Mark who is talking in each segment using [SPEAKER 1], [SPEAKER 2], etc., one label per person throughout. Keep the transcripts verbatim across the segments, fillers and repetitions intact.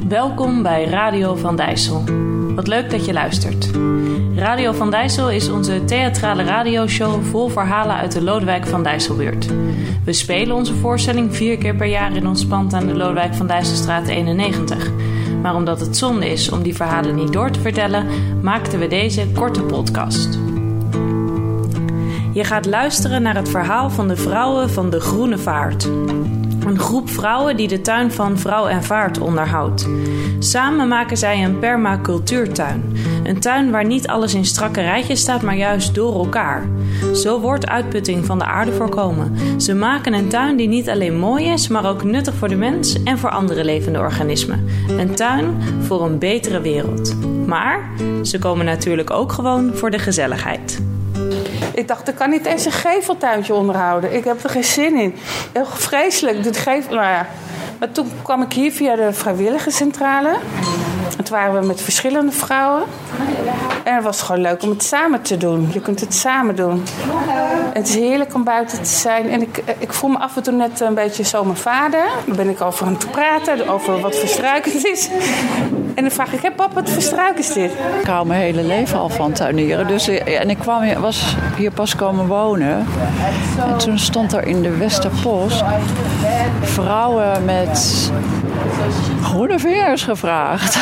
[SPEAKER 1] Welkom bij Radio Van Dijssel. Wat leuk dat je luistert. Radio Van Dijssel is onze theatrale radioshow vol verhalen uit de Lodewijk van Dijsselbuurt. We spelen onze voorstelling vier keer per jaar in ons pand aan de Lodewijk van Dijsselstraat eenennegentig. Maar omdat het zonde is om die verhalen niet door te vertellen, maakten we deze korte podcast. Je gaat luisteren naar het verhaal van de vrouwen van de Groene Vaart. Een groep vrouwen die de tuin van Vrouw en Vaart onderhoudt. Samen maken zij een permacultuurtuin. Een tuin waar niet alles in strakke rijtjes staat, maar juist door elkaar. Zo wordt uitputting van de aarde voorkomen. Ze maken een tuin die niet alleen mooi is, maar ook nuttig voor de mens en voor andere levende organismen. Een tuin voor een betere wereld. Maar ze komen natuurlijk ook gewoon voor de gezelligheid.
[SPEAKER 2] Ik dacht, ik kan niet eens een geveltuintje onderhouden. Ik heb er geen zin in. Heel vreselijk. Dit gevel, nou ja. Maar toen kwam ik hier via de vrijwilligerscentrale. En toen waren we met verschillende vrouwen. En het was gewoon leuk om het samen te doen. Je kunt het samen doen. En het is heerlijk om buiten te zijn. En ik, ik voel me af en toe net een beetje zo mijn vader. Dan ben ik over aan het praten, over wat voor struik het is. En dan vraag ik, hé papa, wat voor struik is dit?
[SPEAKER 3] Ik hou mijn hele leven al van tuinieren. Dus, en ik kwam hier, was hier pas komen wonen. En toen stond er in de Westerpost vrouwen met groene vingers gevraagd.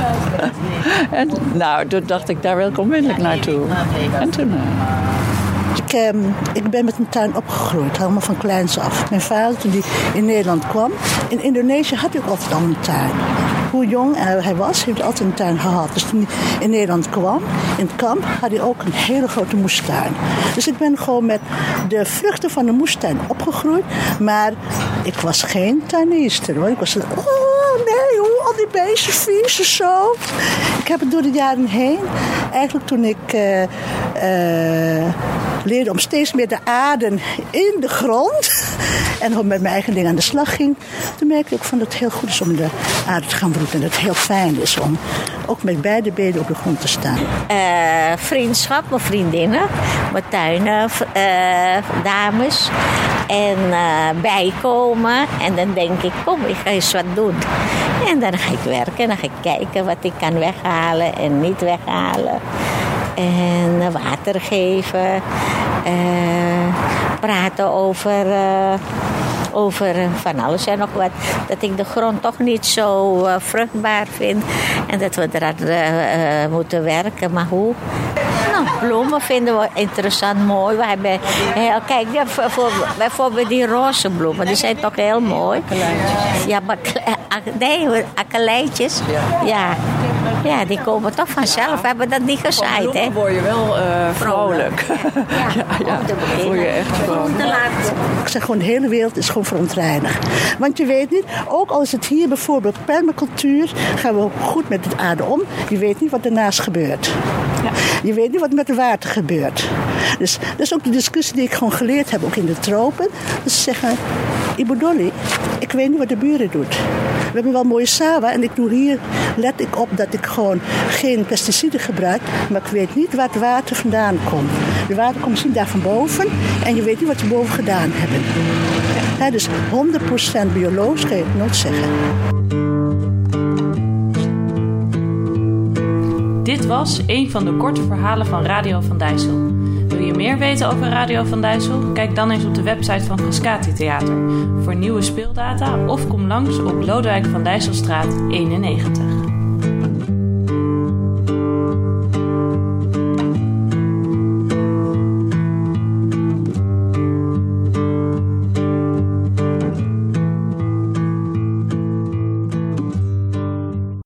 [SPEAKER 3] En nou, toen dacht ik, daar wil ik onmiddellijk naartoe. En toen... Uh...
[SPEAKER 4] Ik, eh, ik ben met een tuin opgegroeid, helemaal van kleins af. Mijn vader, toen hij in Nederland kwam, in Indonesië had hij ook altijd al een tuin. Hoe jong hij was, heeft hij altijd een tuin gehad. Dus toen hij in Nederland kwam, in het kamp, had hij ook een hele grote moestuin. Dus ik ben gewoon met de vruchten van de moestuin opgegroeid. Maar ik was geen tuinierster, hoor. Ik was een... Oh nee, hoe al die beestjes, vies en zo. Ik heb het door de jaren heen, eigenlijk toen ik... Uh, uh, leerde om steeds meer de aarde in de grond. En gewoon met mijn eigen dingen aan de slag ging. Toen merkte ik ook van dat het heel goed is om de aarde te gaan broeden. En dat het heel fijn is om ook met beide benen op de grond te staan.
[SPEAKER 5] Uh, vriendschap, mijn vriendinnen, mijn tuinen, uh, dames. En uh, bijkomen. En dan denk ik, kom, ik ga eens wat doen. En dan ga ik werken en dan ga ik kijken wat ik kan weghalen en niet weghalen. En water geven. Uh, praten over, uh, over van alles en nog wat. Dat ik de grond toch niet zo uh, vruchtbaar vind. En dat we eraan uh, uh, moeten werken. Maar hoe? Nou, bloemen vinden we interessant, mooi. We hebben heel, kijk, ja, voor, voor, bijvoorbeeld die roze bloemen. Die zijn toch heel mooi.
[SPEAKER 3] Akelijntjes.
[SPEAKER 5] Ja, maar nee, akelijntjes. Ja. Ja, die komen toch vanzelf. We hebben dat niet gezaaid, hè?
[SPEAKER 3] Dan word je wel uh, vrolijk.
[SPEAKER 5] Ja, ja,
[SPEAKER 3] ja, dan voel je echt vrolijk.
[SPEAKER 4] Ik zeg gewoon, de hele wereld is gewoon verontreinigd. Want je weet niet, ook al is het hier bijvoorbeeld permacultuur, gaan we goed met de aarde om. Je weet niet wat ernaast gebeurt. Ja. Je weet niet wat met het water gebeurt. Dus dat is ook de discussie die ik gewoon geleerd heb, ook in de tropen. Dus ze zeggen, Ibu Dolly, ik weet niet wat de buren doet. We hebben wel mooie sawa en ik doe hier, let ik op dat ik gewoon geen pesticiden gebruik, maar ik weet niet waar het water vandaan komt. Het water komt misschien daar van boven en je weet niet wat ze boven gedaan hebben. Ja, dus honderd procent biologisch kan je het nooit zeggen.
[SPEAKER 1] Dit was een van de korte verhalen van Radio Van Dijssel. Wil je meer weten over Radio Van Dijssel? Kijk dan eens op de website van Frascati Theater voor nieuwe speeldata of kom langs op Lodewijk van Dijsselstraat eenennegentig.